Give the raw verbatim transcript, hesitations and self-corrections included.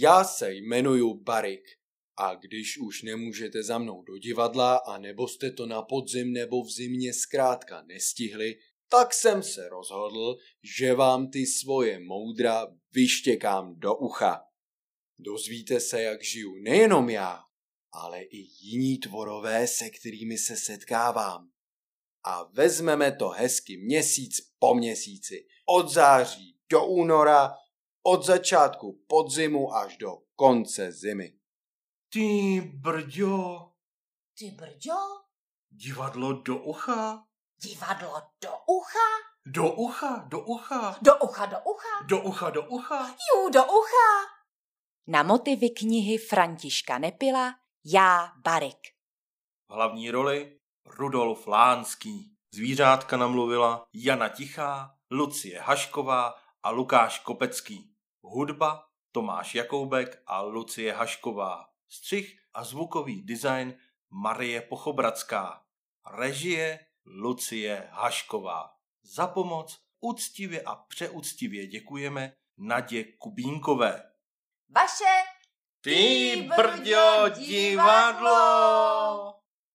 Já se jmenuju Barik a když už nemůžete za mnou do divadla a nebo jste to na podzim nebo v zimě zkrátka nestihli, tak jsem se rozhodl, že vám ty svoje moudra vyštěkám do ucha. Dozvíte se, jak žiju nejenom já, ale i jiní tvorové, se kterými se setkávám. A vezmeme to hezky měsíc po měsíci, od září do února, od začátku podzimu až do konce zimy. Ty brďo. Ty brďo? Divadlo do ucha. Divadlo do ucha? Do ucha, do ucha. Do ucha, do ucha? Do ucha, do ucha. Jú, do ucha. Na motivy knihy Františka Nepila Já, Barik. V hlavní roli Rudolf Lánský. Zvířátka namluvila Jana Tichá, Lucie Hašková a Lukáš Kopecký. Hudba Tomáš Jakoubek a Lucie Hašková. Střih a zvukový design Marie Pochobradská. Režie Lucie Hašková. Za pomoc úctivě a přeúctivě děkujeme Nadě Kubínkové. Vaše Ty brďo divadlo!